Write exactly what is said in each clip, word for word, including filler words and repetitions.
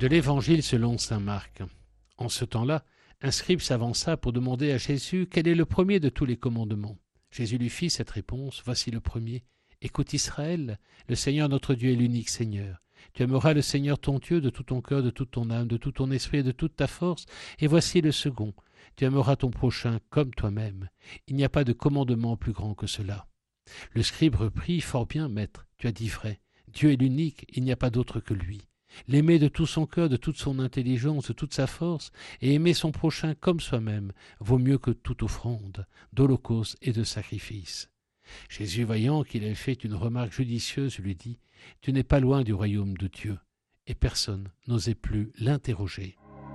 De l'Évangile selon saint Marc. En ce temps-là, un scribe s'avança pour demander à Jésus quel est le premier de tous les commandements. Jésus lui fit cette réponse, voici le premier. Écoute Israël, le Seigneur notre Dieu est l'unique Seigneur. Tu aimeras le Seigneur ton Dieu de tout ton cœur, de toute ton âme, de tout ton esprit et de toute ta force. Et voici le second. Tu aimeras ton prochain comme toi-même. Il n'y a pas de commandement plus grand que cela. Le scribe reprit, fort bien, maître, tu as dit vrai. Dieu est l'unique, il n'y a pas d'autre que lui. L'aimer de tout son cœur, de toute son intelligence, de toute sa force, et aimer son prochain comme soi-même, vaut mieux que toute offrande, d'holocauste et de sacrifice. Jésus, voyant qu'il avait fait une remarque judicieuse, lui dit « Tu n'es pas loin du royaume de Dieu ». Et personne n'osait plus l'interroger.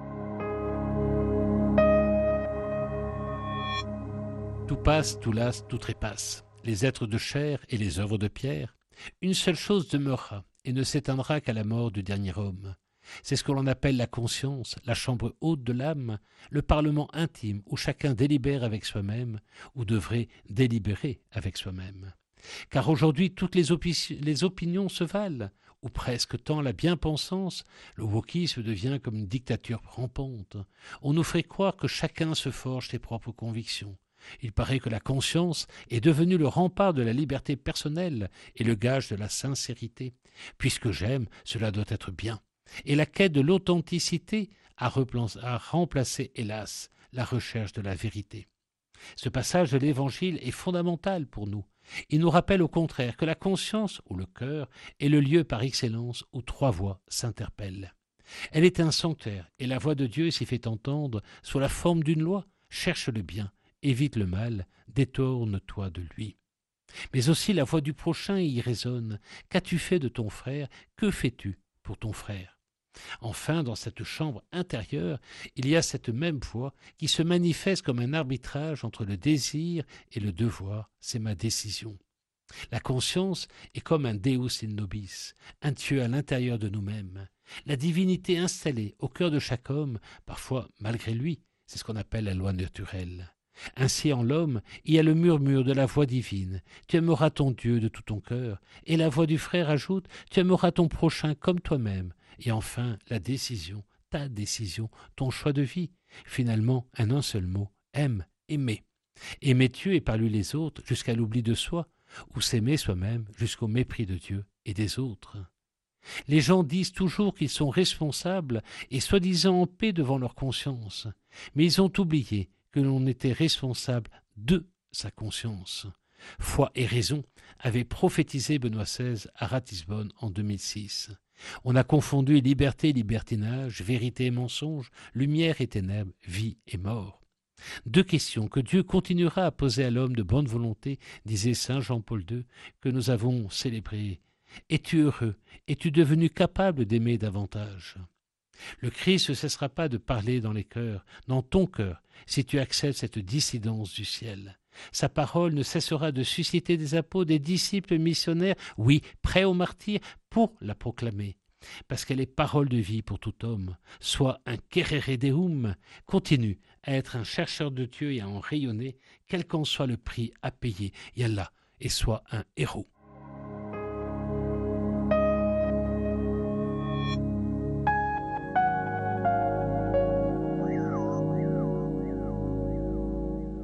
Tout passe, tout lasse, tout trépasse. Les êtres de chair et les œuvres de pierre. Une seule chose demeurera et ne s'éteindra qu'à la mort du dernier homme. C'est ce que l'on appelle la conscience, la chambre haute de l'âme, le parlement intime où chacun délibère avec soi-même ou devrait délibérer avec soi-même. Car aujourd'hui, toutes les, opi- les opinions se valent, ou presque tant la bien-pensance, le wokisme devient comme une dictature rampante. On nous ferait croire que chacun se forge ses propres convictions. Il paraît que la conscience est devenue le rempart de la liberté personnelle et le gage de la sincérité. Puisque j'aime, cela doit être bien. Et la quête de l'authenticité a, a remplacé, hélas, la recherche de la vérité. Ce passage de l'Évangile est fondamental pour nous. Il nous rappelle au contraire que la conscience, ou le cœur, est le lieu par excellence où trois voix s'interpellent. Elle est un sanctuaire, et la voix de Dieu s'y fait entendre sous la forme d'une loi. Cherche le bien, évite le mal, détourne-toi de lui. Mais aussi la voix du prochain y résonne. Qu'as-tu fait de ton frère? Que fais-tu pour ton frère? Enfin, dans cette chambre intérieure, il y a cette même voix qui se manifeste comme un arbitrage entre le désir et le devoir. C'est ma décision. La conscience est comme un Deus in nobis, un Dieu à l'intérieur de nous-mêmes. La divinité installée au cœur de chaque homme, parfois malgré lui, c'est ce qu'on appelle la loi naturelle. Ainsi en l'homme, il y a le murmure de la voix divine. Tu aimeras ton Dieu de tout ton cœur. Et la voix du frère ajoute, tu aimeras ton prochain comme toi-même. Et enfin, la décision, ta décision, ton choix de vie. Finalement, en un seul mot, aime, aimer. Aimer Dieu et par lui les autres jusqu'à l'oubli de soi, ou s'aimer soi-même jusqu'au mépris de Dieu et des autres. Les gens disent toujours qu'ils sont responsables et soi-disant en paix devant leur conscience. Mais ils ont oublié que l'on était responsable de sa conscience. Foi et raison avait prophétisé Benoît seize à Ratisbonne en deux mille six. On a confondu liberté et libertinage, vérité et mensonge, lumière et ténèbres, vie et mort. Deux questions que Dieu continuera à poser à l'homme de bonne volonté, disait saint Jean-Paul deux, que nous avons célébré. Es-tu heureux? Es-tu devenu capable d'aimer davantage? Le Christ ne cessera pas de parler dans les cœurs, dans ton cœur, si tu acceptes cette dissidence du ciel. Sa parole ne cessera de susciter des apôtres, des disciples missionnaires, oui, prêts au martyre, pour la proclamer. Parce qu'elle est parole de vie pour tout homme. Sois un querere deum, continue à être un chercheur de Dieu et à en rayonner, quel qu'en soit le prix à payer, Yallah, et sois un héros.